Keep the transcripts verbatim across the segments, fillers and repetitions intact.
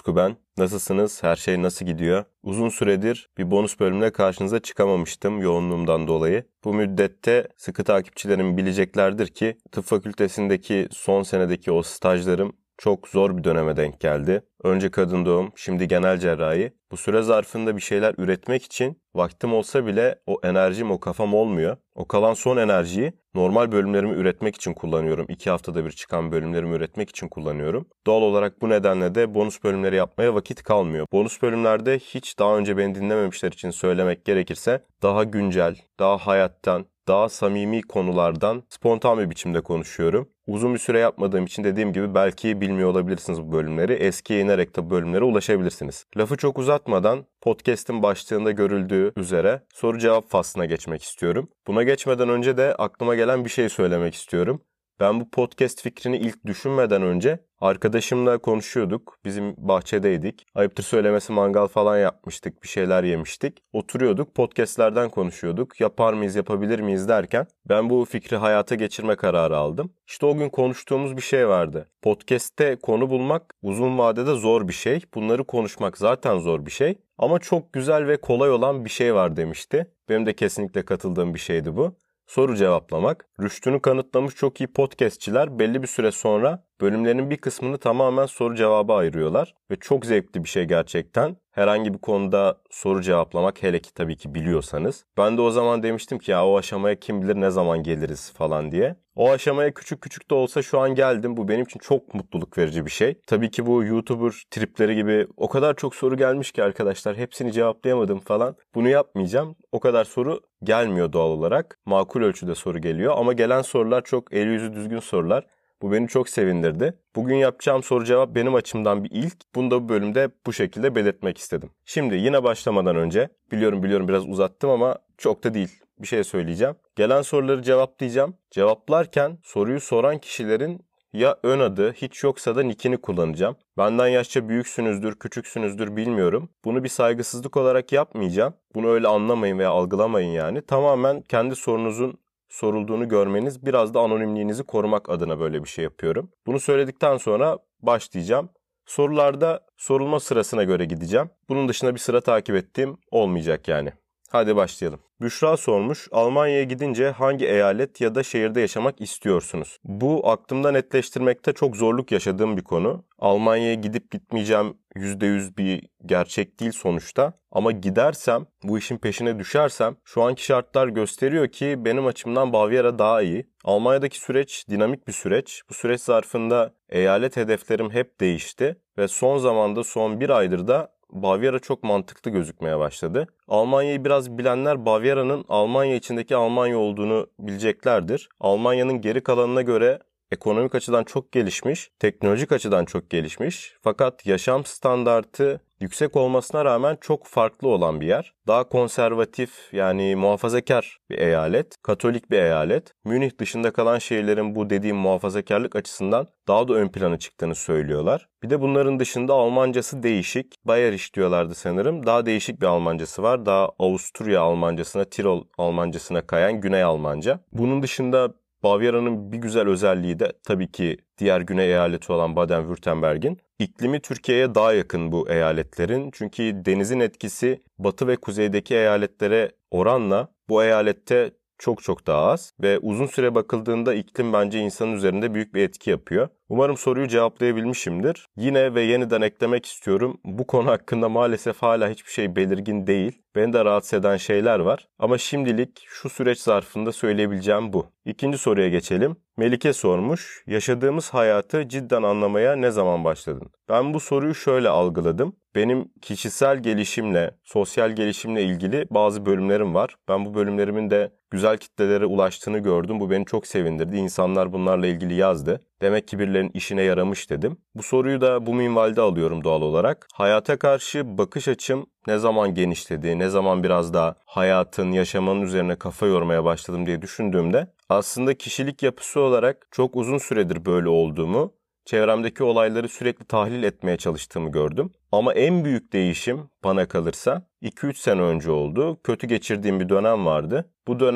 Utku ben. Nasılsınız? Her şey nasıl gidiyor? Uzun süredir bir bonus bölümle karşınıza çıkamamıştım yoğunluğumdan dolayı. Bu müddette sıkı takipçilerim bileceklerdir ki tıp fakültesindeki son senedeki o stajlarım çok zor bir döneme denk geldi. Önce kadın doğum, şimdi genel cerrahi. Bu süre zarfında bir şeyler üretmek için vaktim olsa bile o enerjim, o kafam olmuyor. O kalan son enerjiyi normal bölümlerimi üretmek için kullanıyorum. İki haftada bir çıkan bölümlerimi üretmek için kullanıyorum. Doğal olarak bu nedenle de bonus bölümleri yapmaya vakit kalmıyor. Bonus bölümlerde hiç daha önce beni dinlememişler için söylemek gerekirse daha güncel, daha hayattan, daha samimi konulardan spontan bir biçimde konuşuyorum. Uzun bir süre yapmadığım için dediğim gibi belki bilmiyor olabilirsiniz bu bölümleri. Eskiye inerek de bu bölümlere ulaşabilirsiniz. Lafı çok uzatmadan podcast'in başlığında görüldüğü üzere soru cevap faslına geçmek istiyorum. Buna geçmeden önce de aklıma gelen bir şey söylemek istiyorum. Ben bu podcast fikrini ilk düşünmeden önce arkadaşımla konuşuyorduk. Bizim bahçedeydik. Ayıptır söylemesi mangal falan yapmıştık. Bir şeyler yemiştik. Oturuyorduk. Podcastlerden konuşuyorduk. Yapar mıyız, yapabilir miyiz derken ben bu fikri hayata geçirme kararı aldım. İşte o gün konuştuğumuz bir şey vardı. Podcast'te konu bulmak uzun vadede zor bir şey. Bunları konuşmak zaten zor bir şey. Ama çok güzel ve kolay olan bir şey var demişti. Benim de kesinlikle katıldığım bir şeydi bu. Soru cevaplamak. Rüştünü kanıtlamış çok iyi podcastçiler belli bir süre sonra bölümlerin bir kısmını tamamen soru cevaba ayırıyorlar. Ve çok zevkli bir şey gerçekten. Herhangi bir konuda soru cevaplamak, hele ki tabii ki biliyorsanız. Ben de o zaman demiştim ki ya o aşamaya kim bilir ne zaman geliriz falan diye. O aşamaya küçük küçük de olsa şu an geldim. Bu benim için çok mutluluk verici bir şey. Tabii ki bu YouTuber tripleri gibi o kadar çok soru gelmiş ki arkadaşlar hepsini cevaplayamadım falan. Bunu yapmayacağım. O kadar soru gelmiyor doğal olarak. Makul ölçüde soru geliyor ama gelen sorular çok eli yüzü düzgün sorular. Bu beni çok sevindirdi. Bugün yapacağım soru cevap benim açımdan bir ilk. Bunu da bu bölümde bu şekilde belirtmek istedim. Şimdi yine başlamadan önce biliyorum biliyorum biraz uzattım ama çok da değil. Bir şey söyleyeceğim. Gelen soruları cevaplayacağım. Cevaplarken soruyu soran kişilerin ya ön adı hiç yoksa da nickini kullanacağım. Benden yaşça büyüksünüzdür, küçüksünüzdür bilmiyorum. Bunu bir saygısızlık olarak yapmayacağım. Bunu öyle anlamayın veya algılamayın yani. Tamamen kendi sorunuzun sorulduğunu görmeniz, biraz da anonimliğinizi korumak adına böyle bir şey yapıyorum. Bunu söyledikten sonra başlayacağım. Sorularda sorulma sırasına göre gideceğim. Bunun dışında bir sıra takip ettiğim olmayacak yani. Hadi başlayalım. Büşra sormuş, Almanya'ya gidince hangi eyalet ya da şehirde yaşamak istiyorsunuz? Bu aklımda netleştirmekte çok zorluk yaşadığım bir konu. Almanya'ya gidip gitmeyeceğim yüzde yüz bir gerçek değil sonuçta. Ama gidersem, bu işin peşine düşersem şu anki şartlar gösteriyor ki benim açımdan Bavyera daha iyi. Almanya'daki süreç dinamik bir süreç. Bu süreç zarfında eyalet hedeflerim hep değişti ve son zamanda son bir aydır da Bavyera çok mantıklı gözükmeye başladı. Almanya'yı biraz bilenler Bavyera'nın Almanya içindeki Almanya olduğunu bileceklerdir. Almanya'nın geri kalanına göre ekonomik açıdan çok gelişmiş, teknolojik açıdan çok gelişmiş. Fakat yaşam standartı yüksek olmasına rağmen çok farklı olan bir yer. Daha konservatif yani muhafazakar bir eyalet, Katolik bir eyalet. Münih dışında kalan şehirlerin bu dediğim muhafazakarlık açısından daha da ön plana çıktığını söylüyorlar. Bir de bunların dışında Almancası değişik. Bayerisch diyorlardı sanırım. Daha değişik bir Almancası var. Daha Avusturya Almancasına, Tirol Almancasına kayan Güney Almanca. Bunun dışında Bavyera'nın bir güzel özelliği de tabii ki diğer güney eyaleti olan Baden-Württemberg'in. İklimi Türkiye'ye daha yakın bu eyaletlerin. Çünkü denizin etkisi batı ve kuzeydeki eyaletlere oranla bu eyalette çok çok daha az. Ve uzun süre bakıldığında iklim bence insanın üzerinde büyük bir etki yapıyor. Umarım soruyu cevaplayabilmişimdir. Yine ve yeniden eklemek istiyorum. Bu konu hakkında maalesef hala hiçbir şey belirgin değil. Beni de rahatsız eden şeyler var. Ama şimdilik şu süreç zarfında söyleyebileceğim bu. İkinci soruya geçelim. Melike sormuş. Yaşadığımız hayatı cidden anlamaya ne zaman başladın? Ben bu soruyu şöyle algıladım. Benim kişisel gelişimle, sosyal gelişimle ilgili bazı bölümlerim var. Ben bu bölümlerimin de güzel kitlelere ulaştığını gördüm. Bu beni çok sevindirdi. İnsanlar bunlarla ilgili yazdı. Demek ki birilerinin işine yaramış dedim. Bu soruyu da bu minvalde alıyorum doğal olarak. Hayata karşı bakış açım ne zaman genişledi, ne zaman biraz daha hayatın, yaşamanın üzerine kafa yormaya başladım diye düşündüğümde aslında kişilik yapısı olarak çok uzun süredir böyle olduğumu, çevremdeki olayları sürekli tahlil etmeye çalıştığımı gördüm. Ama en büyük değişim bana kalırsa iki üç sene önce oldu. Kötü geçirdiğim bir dönem vardı. Bu dönem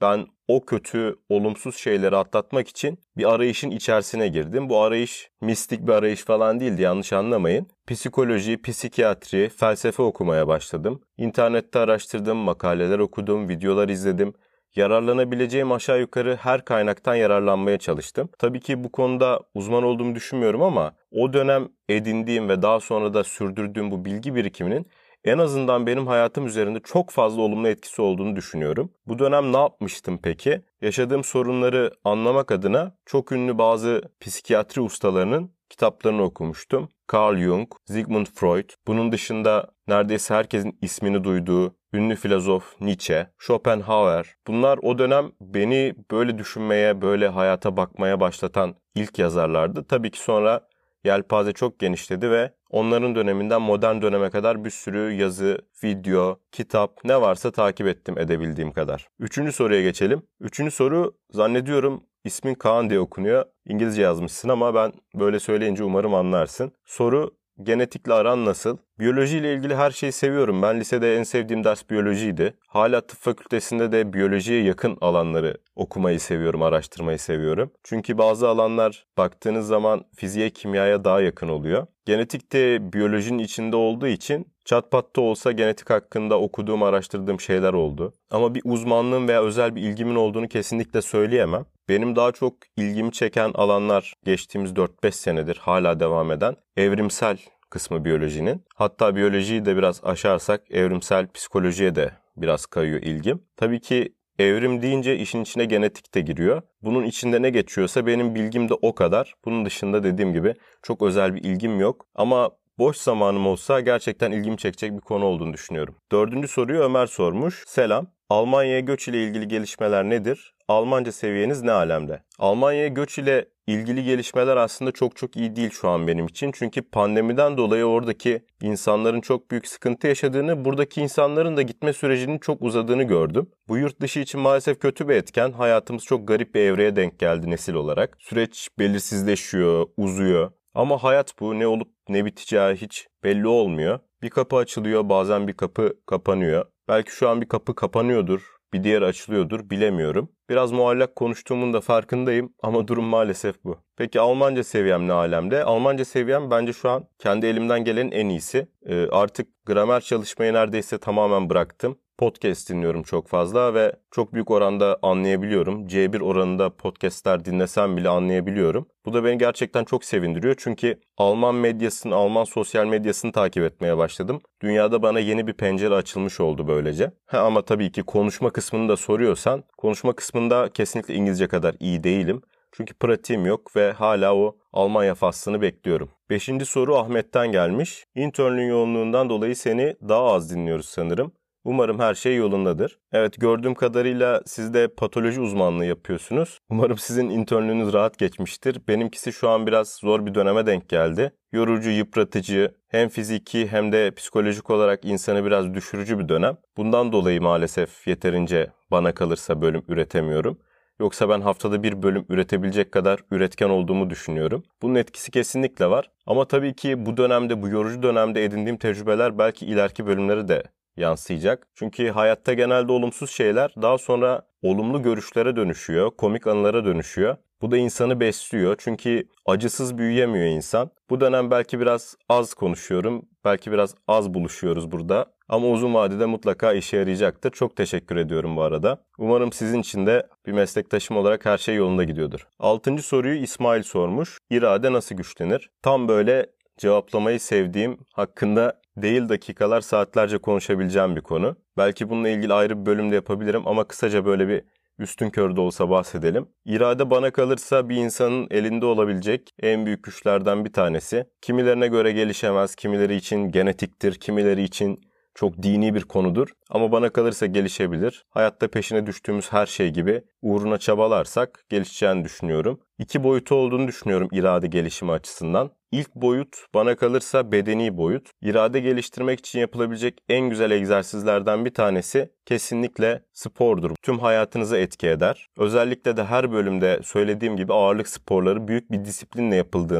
ben o kötü, olumsuz şeyleri atlatmak için bir arayışın içerisine girdim. Bu arayış mistik bir arayış falan değildi, yanlış anlamayın. Psikoloji, psikiyatri, felsefe okumaya başladım. İnternette araştırdım, makaleler okudum, videolar izledim. Yararlanabileceğim aşağı yukarı her kaynaktan yararlanmaya çalıştım. Tabii ki bu konuda uzman olduğumu düşünmüyorum ama o dönem edindiğim ve daha sonra da sürdürdüğüm bu bilgi birikiminin en azından benim hayatım üzerinde çok fazla olumlu etkisi olduğunu düşünüyorum. Bu dönem ne yapmıştım peki? Yaşadığım sorunları anlamak adına çok ünlü bazı psikiyatri ustalarının kitaplarını okumuştum. Carl Jung, Sigmund Freud, bunun dışında neredeyse herkesin ismini duyduğu ünlü filozof Nietzsche, Schopenhauer. Bunlar o dönem beni böyle düşünmeye, böyle hayata bakmaya başlatan ilk yazarlardı. Tabii ki sonra yelpaze çok genişledi ve onların döneminden modern döneme kadar bir sürü yazı, video, kitap ne varsa takip ettim edebildiğim kadar. Üçüncü soruya geçelim. Üçüncü soru zannediyorum ismin Kaan diye okunuyor. İngilizce yazmışsın ama ben böyle söyleyince umarım anlarsın. Soru: genetikle aran nasıl? Biyolojiyle ilgili her şeyi seviyorum. Ben lisede en sevdiğim ders biyolojiydi. Hala tıp fakültesinde de biyolojiye yakın alanları okumayı seviyorum, araştırmayı seviyorum. Çünkü bazı alanlar baktığınız zaman fiziğe, kimyaya daha yakın oluyor. Genetik de biyolojinin içinde olduğu için çat pat da olsa genetik hakkında okuduğum, araştırdığım şeyler oldu. Ama bir uzmanlığım veya özel bir ilgimin olduğunu kesinlikle söyleyemem. Benim daha çok ilgimi çeken alanlar geçtiğimiz dört beş senedir hala devam eden evrimsel kısmı biyolojinin. Hatta biyolojiyi de biraz aşarsak evrimsel psikolojiye de biraz kayıyor ilgim. Tabii ki evrim deyince işin içine genetik de giriyor. Bunun içinde ne geçiyorsa benim bilgim de o kadar. Bunun dışında dediğim gibi çok özel bir ilgim yok. Ama boş zamanım olsa gerçekten ilgimi çekecek bir konu olduğunu düşünüyorum. Dördüncü soruyu Ömer sormuş. Selam. Almanya'ya göç ile ilgili gelişmeler nedir? Almanca seviyeniz ne alemde? Almanya'ya göç ile ilgili gelişmeler aslında çok çok iyi değil şu an benim için. Çünkü pandemiden dolayı oradaki insanların çok büyük sıkıntı yaşadığını, buradaki insanların da gitme sürecinin çok uzadığını gördüm. Bu yurt dışı için maalesef kötü bir etken. Hayatımız çok garip bir evreye denk geldi nesil olarak. Süreç belirsizleşiyor, uzuyor. Ama hayat bu. Ne olup ne biteceği hiç belli olmuyor. Bir kapı açılıyor, bazen bir kapı kapanıyor. Belki şu an bir kapı kapanıyordur, bir diğer açılıyordur, bilemiyorum. Biraz muallak konuştuğumun da farkındayım ama durum maalesef bu. Peki Almanca seviyem ne alemde? Almanca seviyem bence şu an kendi elimden gelenin en iyisi. Ee, artık gramer çalışmayı neredeyse tamamen bıraktım. Podcast dinliyorum çok fazla ve çok büyük oranda anlayabiliyorum. C bir oranında podcastler dinlesem bile anlayabiliyorum. Bu da beni gerçekten çok sevindiriyor. Çünkü Alman medyasını, Alman sosyal medyasını takip etmeye başladım. Dünyada bana yeni bir pencere açılmış oldu böylece. Ha, ama tabii ki konuşma kısmını da soruyorsan, konuşma kısmında kesinlikle İngilizce kadar iyi değilim. Çünkü pratiğim yok ve hala o Almanya faslını bekliyorum. Beşinci soru Ahmet'ten gelmiş. İnternlüğün yoğunluğundan dolayı seni daha az dinliyoruz sanırım. Umarım her şey yolundadır. Evet, gördüğüm kadarıyla siz de patoloji uzmanlığı yapıyorsunuz. Umarım sizin internlüğünüz rahat geçmiştir. Benimkisi şu an biraz zor bir döneme denk geldi. Yorucu, yıpratıcı, hem fiziki hem de psikolojik olarak insanı biraz düşürücü bir dönem. Bundan dolayı maalesef yeterince bana kalırsa bölüm üretemiyorum. Yoksa ben haftada bir bölüm üretebilecek kadar üretken olduğumu düşünüyorum. Bunun etkisi kesinlikle var. Ama tabii ki bu dönemde, bu yorucu dönemde edindiğim tecrübeler belki ileriki bölümleri de yansıyacak. Çünkü hayatta genelde olumsuz şeyler daha sonra olumlu görüşlere dönüşüyor, komik anılara dönüşüyor. Bu da insanı besliyor çünkü acısız büyüyemiyor insan. Bu dönem belki biraz az konuşuyorum, belki biraz az buluşuyoruz burada. Ama uzun vadede mutlaka işe yarayacaktır. Çok teşekkür ediyorum bu arada. Umarım sizin için de bir meslektaşım olarak her şey yolunda gidiyordur. Altıncı soruyu İsmail sormuş. İrade nasıl güçlenir? Tam böyle cevaplamayı sevdiğim, hakkında değil dakikalar saatlerce konuşabileceğim bir konu. Belki bununla ilgili ayrı bir bölüm de yapabilirim ama kısaca böyle bir üstünkörü de olsa bahsedelim. İrade bana kalırsa bir insanın elinde olabilecek en büyük güçlerden bir tanesi. Kimilerine göre gelişemez, kimileri için genetiktir, kimileri için çok dini bir konudur. Ama bana kalırsa gelişebilir. Hayatta peşine düştüğümüz her şey gibi uğruna çabalarsak gelişeceğini düşünüyorum. İki boyutu olduğunu düşünüyorum irade gelişimi açısından. İlk boyut bana kalırsa bedeni boyut. İrade geliştirmek için yapılabilecek en güzel egzersizlerden bir tanesi kesinlikle spordur. Tüm hayatınıza etki eder. Özellikle de her bölümde söylediğim gibi ağırlık sporları büyük bir disiplinle yapıldığında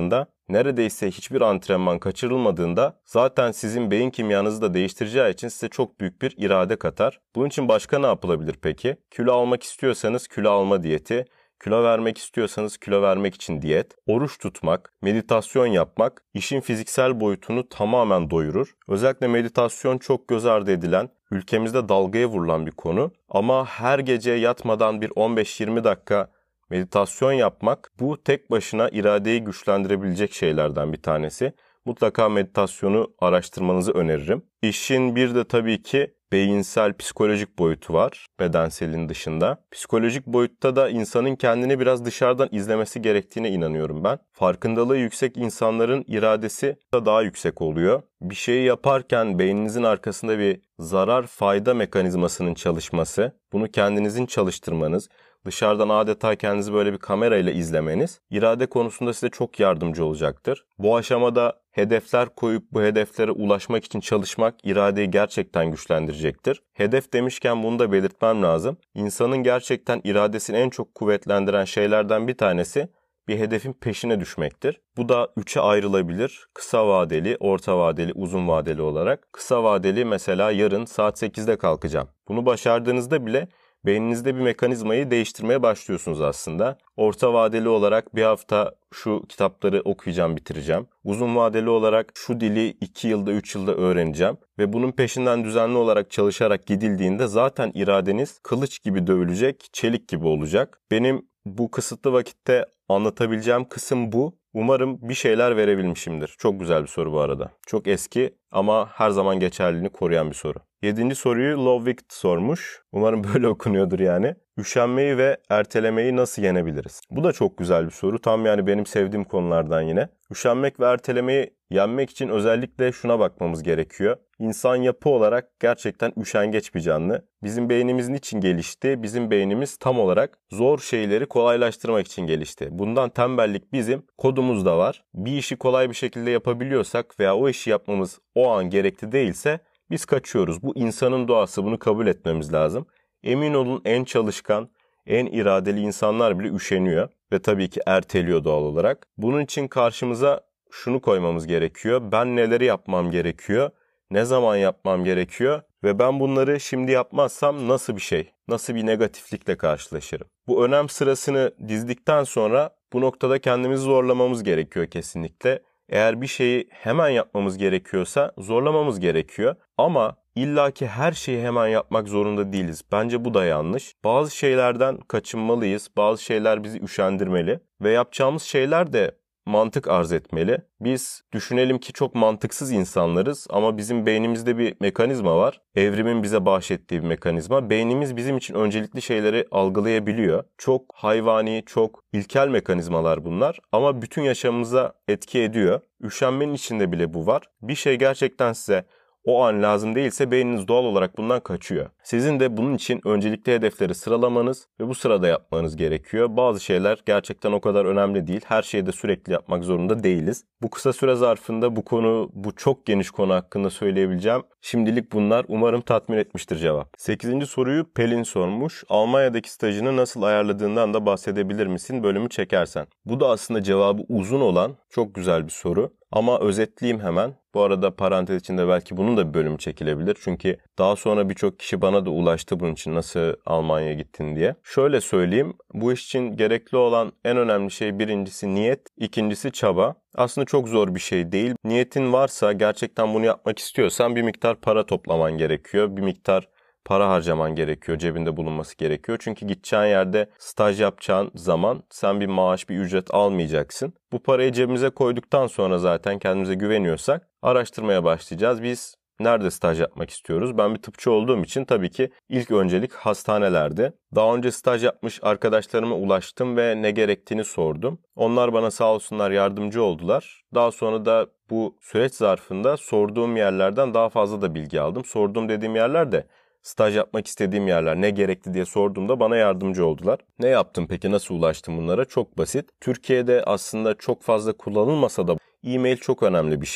neredeyse hiçbir antrenman kaçırılmadığında zaten sizin beyin kimyanızı da değiştireceği için size çok büyük bir irade katar. Bunun için başka ne yapılabilir peki? Kilo almak istiyorsanız kilo alma diyeti, kilo vermek istiyorsanız kilo vermek için diyet, oruç tutmak, meditasyon yapmak işin fiziksel boyutunu tamamen doyurur. Özellikle meditasyon çok göz ardı edilen, ülkemizde dalgaya vurulan bir konu ama her gece yatmadan bir on beş yirmi dakika meditasyon yapmak bu tek başına iradeyi güçlendirebilecek şeylerden bir tanesi. Mutlaka meditasyonu araştırmanızı öneririm. İşin bir de tabii ki beyinsel, psikolojik boyutu var bedenselin dışında. Psikolojik boyutta da insanın kendini biraz dışarıdan izlemesi gerektiğine inanıyorum ben. Farkındalığı yüksek insanların iradesi de daha yüksek oluyor. Bir şeyi yaparken beyninizin arkasında bir zarar-fayda mekanizmasının çalışması, bunu kendinizin çalıştırmanız, dışarıdan adeta kendinizi böyle bir kamerayla izlemeniz irade konusunda size çok yardımcı olacaktır. Bu aşamada hedefler koyup bu hedeflere ulaşmak için çalışmak iradeyi gerçekten güçlendirecektir. Hedef demişken bunu da belirtmem lazım. İnsanın gerçekten iradesini en çok kuvvetlendiren şeylerden bir tanesi bir hedefin peşine düşmektir. Bu da üçe ayrılabilir. Kısa vadeli, orta vadeli, uzun vadeli olarak. Kısa vadeli mesela yarın saat sekizde kalkacağım. Bunu başardığınızda bile beyninizde bir mekanizmayı değiştirmeye başlıyorsunuz aslında. Orta vadeli olarak bir hafta şu kitapları okuyacağım, bitireceğim. Uzun vadeli olarak şu dili iki yılda, üç yılda öğreneceğim. Ve bunun peşinden düzenli olarak çalışarak gidildiğinde zaten iradeniz kılıç gibi dövülecek, çelik gibi olacak. Benim bu kısıtlı vakitte anlatabileceğim kısım bu. Umarım bir şeyler verebilmişimdir. Çok güzel bir soru bu arada. Çok eski ama her zaman geçerliliğini koruyan bir soru. Yedinci soruyu Lovick sormuş. Umarım böyle okunuyordur yani. Üşenmeyi ve ertelemeyi nasıl yenebiliriz? Bu da çok güzel bir soru. Tam yani benim sevdiğim konulardan yine. Üşenmek ve ertelemeyi yenmek için özellikle şuna bakmamız gerekiyor. İnsan yapı olarak gerçekten üşengeç bir canlı. Bizim beynimiz niçin gelişti? Bizim beynimiz tam olarak zor şeyleri kolaylaştırmak için gelişti. Bundan tembellik bizim kodumuzda var. Bir işi kolay bir şekilde yapabiliyorsak veya o işi yapmamız o an gerekli değilse biz kaçıyoruz. Bu insanın doğası, bunu kabul etmemiz lazım. Emin olun en çalışkan, en iradeli insanlar bile üşeniyor ve tabii ki erteliyor doğal olarak. Bunun için karşımıza şunu koymamız gerekiyor. Ben neleri yapmam gerekiyor? Ne zaman yapmam gerekiyor? Ve ben bunları şimdi yapmazsam nasıl bir şey, nasıl bir negatiflikle karşılaşırım? Bu önem sırasını dizdikten sonra bu noktada kendimizi zorlamamız gerekiyor kesinlikle. Eğer bir şeyi hemen yapmamız gerekiyorsa zorlamamız gerekiyor. Ama illaki her şeyi hemen yapmak zorunda değiliz. Bence bu da yanlış. Bazı şeylerden kaçınmalıyız. Bazı şeyler bizi üşendirmeli. Ve yapacağımız şeyler de mantık arz etmeli. Biz düşünelim ki çok mantıksız insanlarız ama bizim beynimizde bir mekanizma var. Evrimin bize bahşettiği bir mekanizma. Beynimiz bizim için öncelikli şeyleri algılayabiliyor. Çok hayvani, çok ilkel mekanizmalar bunlar ama bütün yaşamımıza etki ediyor. Üşenmenin içinde bile bu var. Bir şey gerçekten size o an lazım değilse beyniniz doğal olarak bundan kaçıyor. Sizin de bunun için öncelikli hedefleri sıralamanız ve bu sırada yapmanız gerekiyor. Bazı şeyler gerçekten o kadar önemli değil. Her şeyi de sürekli yapmak zorunda değiliz. Bu kısa süre zarfında bu konu, bu çok geniş konu hakkında söyleyebileceğim. Şimdilik bunlar. Umarım tatmin etmiştir cevap. sekizinci soruyu Pelin sormuş. Almanya'daki stajını nasıl ayarladığından da bahsedebilir misin bölümü çekersen? Bu da aslında cevabı uzun olan çok güzel bir soru. Ama özetleyeyim hemen. Bu arada parantez içinde belki bunun da bir bölümü çekilebilir. Çünkü daha sonra birçok kişi bana da ulaştı bunun için nasıl Almanya'ya gittin diye. Şöyle söyleyeyim. Bu iş için gerekli olan en önemli şey birincisi niyet, ikincisi çaba. Aslında çok zor bir şey değil. Niyetin varsa gerçekten bunu yapmak istiyorsan bir miktar para toplaman gerekiyor. Bir miktar para harcaman gerekiyor, cebinde bulunması gerekiyor. Çünkü gideceğin yerde staj yapacağın zaman sen bir maaş, bir ücret almayacaksın. Bu parayı cebimize koyduktan sonra zaten kendimize güveniyorsak araştırmaya başlayacağız. Biz nerede staj yapmak istiyoruz? Ben bir tıpçı olduğum için tabii ki ilk öncelik hastanelerde. Daha önce staj yapmış arkadaşlarıma ulaştım ve ne gerektiğini sordum. Onlar bana sağ olsunlar yardımcı oldular. Daha sonra da bu süreç zarfında sorduğum yerlerden daha fazla da bilgi aldım. Sorduğum dediğim yerler de staj yapmak istediğim yerler, ne gerekli diye sorduğumda bana yardımcı oldular. Ne yaptım peki, nasıl ulaştım bunlara? Çok basit. Türkiye'de aslında çok fazla kullanılmasa da e-mail çok önemli bir şey.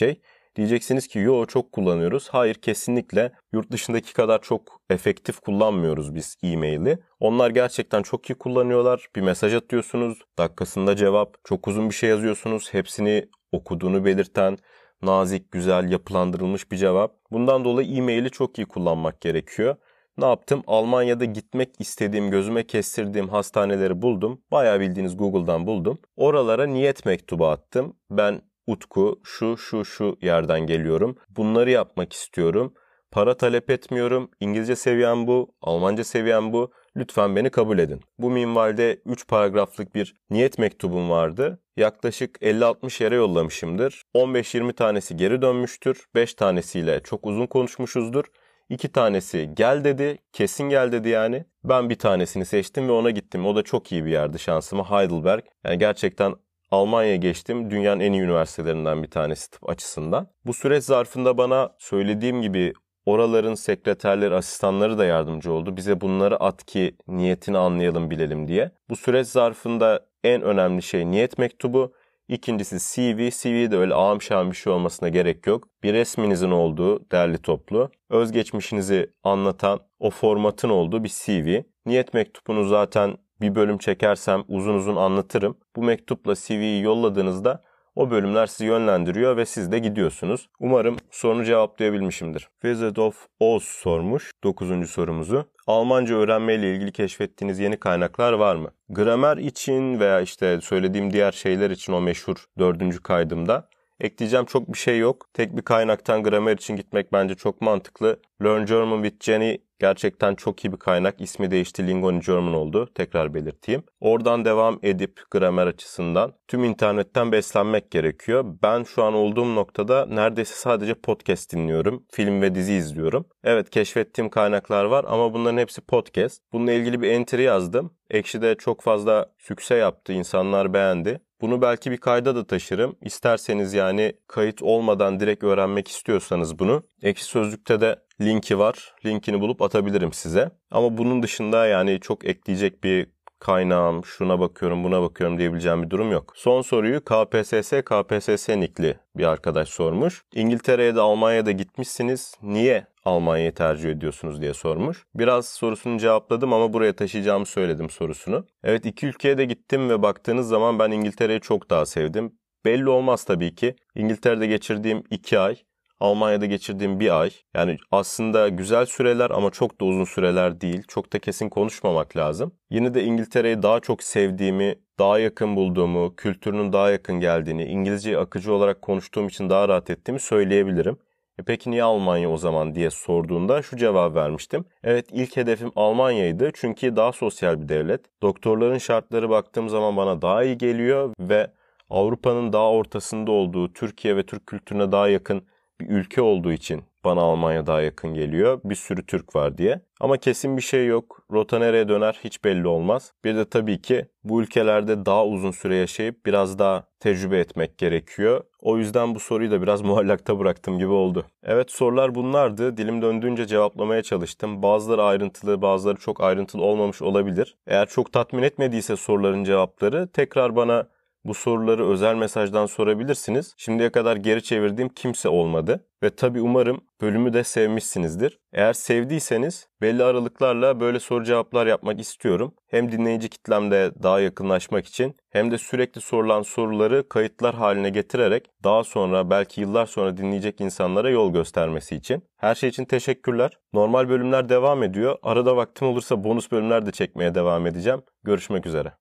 Diyeceksiniz ki yo çok kullanıyoruz. Hayır, kesinlikle yurt dışındaki kadar çok efektif kullanmıyoruz biz e-maili. Onlar gerçekten çok iyi kullanıyorlar. Bir mesaj atıyorsunuz, dakikasında cevap, çok uzun bir şey yazıyorsunuz, hepsini okuduğunu belirten, nazik, güzel, yapılandırılmış bir cevap. Bundan dolayı e-maili çok iyi kullanmak gerekiyor. Ne yaptım? Almanya'da gitmek istediğim, gözüme kestirdiğim hastaneleri buldum. Bayağı bildiğiniz Google'dan buldum. Oralara niyet mektubu attım. Ben Utku, şu şu şu yerden geliyorum. Bunları yapmak istiyorum. Para talep etmiyorum. İngilizce seviyem bu, Almanca seviyem bu. Lütfen beni kabul edin. Bu minvalde üç paragraflık bir niyet mektubum vardı. Yaklaşık elli altmış yere yollamışımdır. on beş yirmi tanesi geri dönmüştür. beş tanesiyle çok uzun konuşmuşuzdur. İki tanesi gel dedi, kesin gel dedi yani. Ben bir tanesini seçtim ve ona gittim. O da çok iyi bir yerdi şansıma, Heidelberg. Yani gerçekten Almanya'ya geçtim. Dünyanın en iyi üniversitelerinden bir tanesi tıp açısından. Bu süreç zarfında bana söylediğim gibi oraların sekreterleri, asistanları da yardımcı oldu. Bize bunları at ki niyetini anlayalım, bilelim diye. Bu süreç zarfında en önemli şey niyet mektubu. İkincisi C V. C V'de öyle ağam şahım bir şey olmasına gerek yok. Bir resminizin olduğu derli toplu, özgeçmişinizi anlatan o formatın olduğu bir C V. Niyet mektubunu zaten bir bölüm çekersem uzun uzun anlatırım. Bu mektupla C V'yi yolladığınızda o bölümler sizi yönlendiriyor ve siz de gidiyorsunuz. Umarım sorunu cevaplayabilmişimdir. Wizard of Oz sormuş dokuzuncu sorumuzu. Almanca öğrenmeyle ilgili keşfettiğiniz yeni kaynaklar var mı? Gramer için veya işte söylediğim diğer şeyler için o meşhur dördüncü kaydımda ekleyeceğim çok bir şey yok. Tek bir kaynaktan gramer için gitmek bence çok mantıklı. Learn German with Jenny gerçekten çok iyi bir kaynak. İsmi değişti, Lingoni German oldu. Tekrar belirteyim. Oradan devam edip gramer açısından tüm internetten beslenmek gerekiyor. Ben şu an olduğum noktada neredeyse sadece podcast dinliyorum. Film ve dizi izliyorum. Evet, keşfettiğim kaynaklar var ama bunların hepsi podcast. Bununla ilgili bir entry yazdım. Ekşi'de çok fazla sükse yaptı. İnsanlar beğendi. Bunu belki bir kayda da taşırım. İsterseniz yani kayıt olmadan direkt öğrenmek istiyorsanız bunu. Ekşi Sözlük'te de linki var. Linkini bulup atabilirim size. Ama bunun dışında yani çok ekleyecek bir kaynağım, şuna bakıyorum, buna bakıyorum diyebileceğim bir durum yok. Son soruyu K P S S, K P S S nikli bir arkadaş sormuş. İngiltere'ye de Almanya'da gitmişsiniz. Niye Almanya'yı tercih ediyorsunuz diye sormuş. Biraz sorusunu cevapladım ama buraya taşıyacağımı söyledim sorusunu. Evet, iki ülkeye de gittim ve baktığınız zaman ben İngiltere'yi çok daha sevdim. Belli olmaz tabii ki. İngiltere'de geçirdiğim iki ay, Almanya'da geçirdiğim bir ay. Yani aslında güzel süreler ama çok da uzun süreler değil. Çok da kesin konuşmamak lazım. Yine de İngiltere'yi daha çok sevdiğimi, daha yakın bulduğumu, kültürünün daha yakın geldiğini, İngilizceyi akıcı olarak konuştuğum için daha rahat ettiğimi söyleyebilirim. E peki niye Almanya o zaman diye sorduğunda şu cevap vermiştim. Evet, ilk hedefim Almanya'ydı çünkü daha sosyal bir devlet. Doktorların şartları baktığım zaman bana daha iyi geliyor ve Avrupa'nın daha ortasında olduğu, Türkiye ve Türk kültürüne daha yakın bir ülke olduğu için bana Almanya daha yakın geliyor. Bir sürü Türk var diye. Ama kesin bir şey yok. Rota nereye döner hiç belli olmaz. Bir de tabii ki bu ülkelerde daha uzun süre yaşayıp biraz daha tecrübe etmek gerekiyor. O yüzden bu soruyu da biraz muallakta bıraktım gibi oldu. Evet, sorular bunlardı. Dilim döndüğünce cevaplamaya çalıştım. Bazıları ayrıntılı, bazıları çok ayrıntılı olmamış olabilir. Eğer çok tatmin etmediyse soruların cevapları tekrar bana bu soruları özel mesajdan sorabilirsiniz. Şimdiye kadar geri çevirdiğim kimse olmadı. Ve tabii umarım bölümü de sevmişsinizdir. Eğer sevdiyseniz belli aralıklarla böyle soru cevaplar yapmak istiyorum. Hem dinleyici kitlemde daha yakınlaşmak için hem de sürekli sorulan soruları kayıtlar haline getirerek daha sonra belki yıllar sonra dinleyecek insanlara yol göstermesi için. Her şey için teşekkürler. Normal bölümler devam ediyor. Arada vaktim olursa bonus bölümler de çekmeye devam edeceğim. Görüşmek üzere.